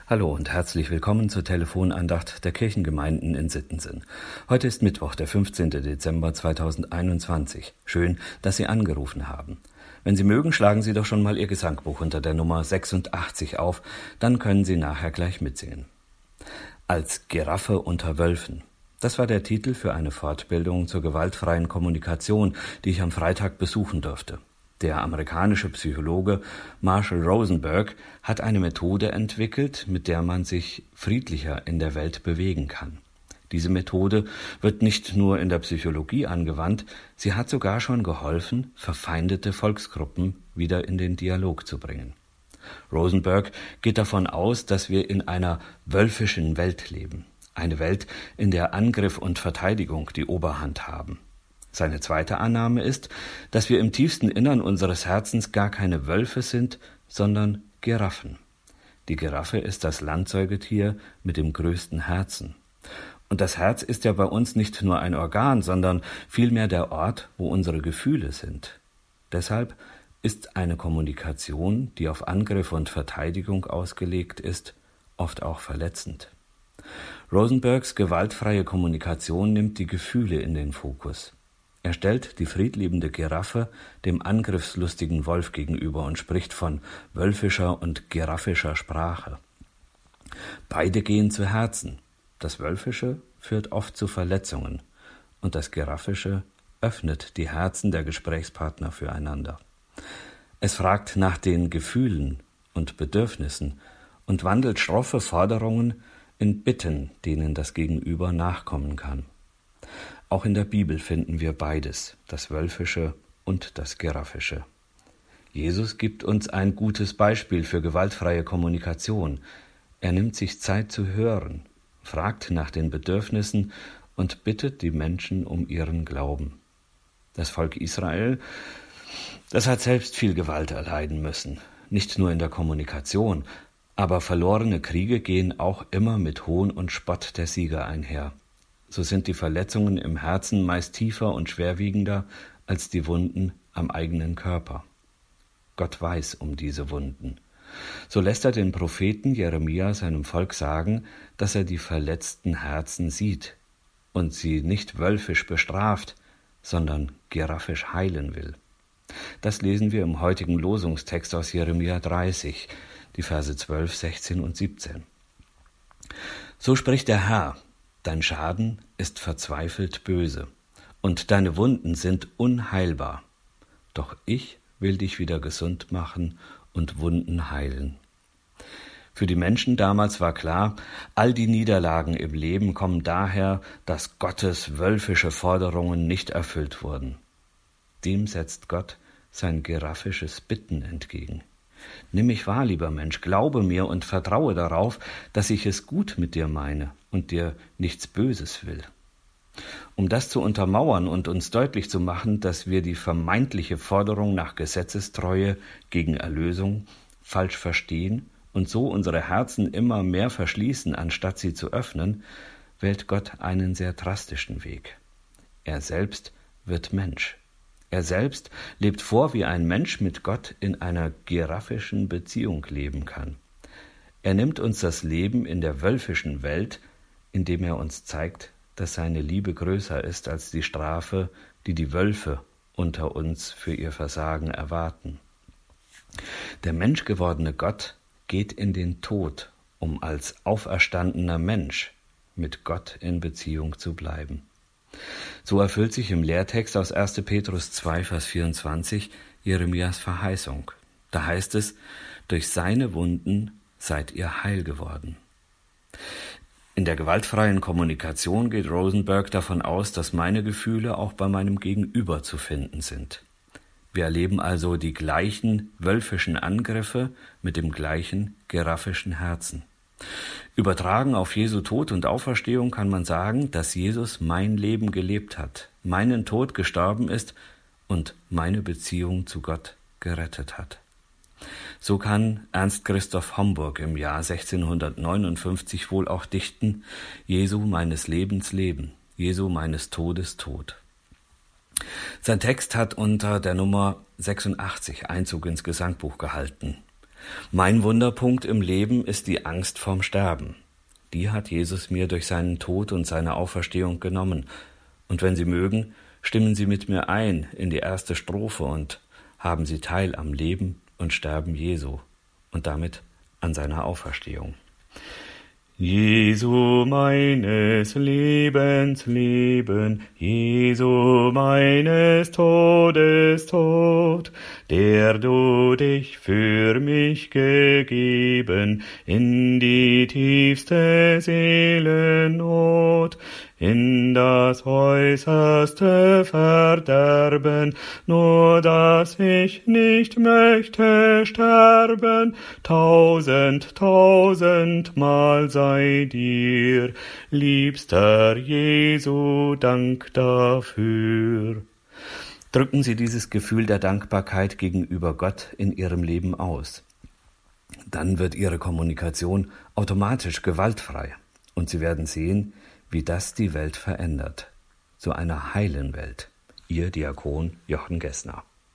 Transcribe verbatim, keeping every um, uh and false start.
Hallo und herzlich willkommen zur Telefonandacht der Kirchengemeinden in Sittensen. Heute ist Mittwoch, der fünfzehnten Dezember zweitausendeinundzwanzig. Schön, dass Sie angerufen haben. Wenn Sie mögen, schlagen Sie doch schon mal Ihr Gesangbuch unter der Nummer sechsundachtzig auf, dann können Sie nachher gleich mitsingen. Als Giraffe unter Wölfen. Das war der Titel für eine Fortbildung zur gewaltfreien Kommunikation, die ich am Freitag besuchen durfte. Der amerikanische Psychologe Marshall Rosenberg hat eine Methode entwickelt, mit der man sich friedlicher in der Welt bewegen kann. Diese Methode wird nicht nur in der Psychologie angewandt, sie hat sogar schon geholfen, verfeindete Volksgruppen wieder in den Dialog zu bringen. Rosenberg geht davon aus, dass wir in einer wölfischen Welt leben. Eine Welt, in der Angriff und Verteidigung die Oberhand haben. Seine zweite Annahme ist, dass wir im tiefsten Innern unseres Herzens gar keine Wölfe sind, sondern Giraffen. Die Giraffe ist das Landsäugetier mit dem größten Herzen. Und das Herz ist ja bei uns nicht nur ein Organ, sondern vielmehr der Ort, wo unsere Gefühle sind. Deshalb ist eine Kommunikation, die auf Angriff und Verteidigung ausgelegt ist, oft auch verletzend. Rosenbergs gewaltfreie Kommunikation nimmt die Gefühle in den Fokus. Er stellt die friedliebende Giraffe dem angriffslustigen Wolf gegenüber und spricht von wölfischer und giraffischer Sprache. Beide gehen zu Herzen. Das Wölfische führt oft zu Verletzungen und das Giraffische öffnet die Herzen der Gesprächspartner füreinander. Es fragt nach den Gefühlen und Bedürfnissen und wandelt schroffe Forderungen in Bitten, denen das Gegenüber nachkommen kann. Auch in der Bibel finden wir beides, das Wölfische und das Giraffische. Jesus gibt uns ein gutes Beispiel für gewaltfreie Kommunikation. Er nimmt sich Zeit zu hören, fragt nach den Bedürfnissen und bittet die Menschen um ihren Glauben. Das Volk Israel, das hat selbst viel Gewalt erleiden müssen, nicht nur in der Kommunikation, aber verlorene Kriege gehen auch immer mit Hohn und Spott der Sieger einher. So sind die Verletzungen im Herzen meist tiefer und schwerwiegender als die Wunden am eigenen Körper. Gott weiß um diese Wunden. So lässt er den Propheten Jeremia seinem Volk sagen, dass er die verletzten Herzen sieht und sie nicht wölfisch bestraft, sondern giraffisch heilen will. Das lesen wir im heutigen Losungstext aus Jeremia dreißig, die Verse zwölf, sechzehn und siebzehn. So spricht der Herr: Dein Schaden ist verzweifelt böse, und deine Wunden sind unheilbar. Doch ich will dich wieder gesund machen und Wunden heilen. Für die Menschen damals war klar, all die Niederlagen im Leben kommen daher, dass Gottes wölfische Forderungen nicht erfüllt wurden. Dem setzt Gott sein giraffisches Bitten entgegen. Nimm mich wahr, lieber Mensch, glaube mir und vertraue darauf, dass ich es gut mit dir meine und dir nichts Böses will. Um das zu untermauern und uns deutlich zu machen, dass wir die vermeintliche Forderung nach Gesetzestreue gegen Erlösung falsch verstehen und so unsere Herzen immer mehr verschließen, anstatt sie zu öffnen, wählt Gott einen sehr drastischen Weg. Er selbst wird Mensch. Er selbst lebt vor, wie ein Mensch mit Gott in einer giraffischen Beziehung leben kann. Er nimmt uns das Leben in der wölfischen Welt, indem er uns zeigt, dass seine Liebe größer ist als die Strafe, die die Wölfe unter uns für ihr Versagen erwarten. Der menschgewordene Gott geht in den Tod, um als auferstandener Mensch mit Gott in Beziehung zu bleiben. So erfüllt sich im Lehrtext aus erster Petrus zwei, Vers vierundzwanzig Jeremias Verheißung. Da heißt es: Durch seine Wunden seid ihr heil geworden. In der gewaltfreien Kommunikation geht Rosenberg davon aus, dass meine Gefühle auch bei meinem Gegenüber zu finden sind. Wir erleben also die gleichen wölfischen Angriffe mit dem gleichen giraffischen Herzen. Übertragen auf Jesu Tod und Auferstehung kann man sagen, dass Jesus mein Leben gelebt hat, meinen Tod gestorben ist und meine Beziehung zu Gott gerettet hat. So kann Ernst Christoph Homburg im Jahr sechzehnhundertneunundfünfzig wohl auch dichten: Jesu meines Lebens Leben, Jesu meines Todes Tod. Sein Text hat unter der Nummer sechsundachtzig Einzug ins Gesangbuch gehalten. Mein Wunderpunkt im Leben ist die Angst vorm Sterben. Die hat Jesus mir durch seinen Tod und seine Auferstehung genommen. Und wenn Sie mögen, stimmen Sie mit mir ein in die erste Strophe und haben Sie teil am Leben und Sterben Jesu und damit an seiner Auferstehung. Jesu meines Lebens Leben, Jesu meines Todes Tod, der du dich für mich gegeben in die tiefste Seelennot, in das äußerste Verderben, nur dass ich nicht möchte sterben, tausend, tausendmal sei dir, liebster Jesu, Dank dafür. Drücken Sie dieses Gefühl der Dankbarkeit gegenüber Gott in Ihrem Leben aus. Dann wird Ihre Kommunikation automatisch gewaltfrei und Sie werden sehen, wie das die Welt verändert. Zu einer heilen Welt. Ihr Diakon Jochen Gessner.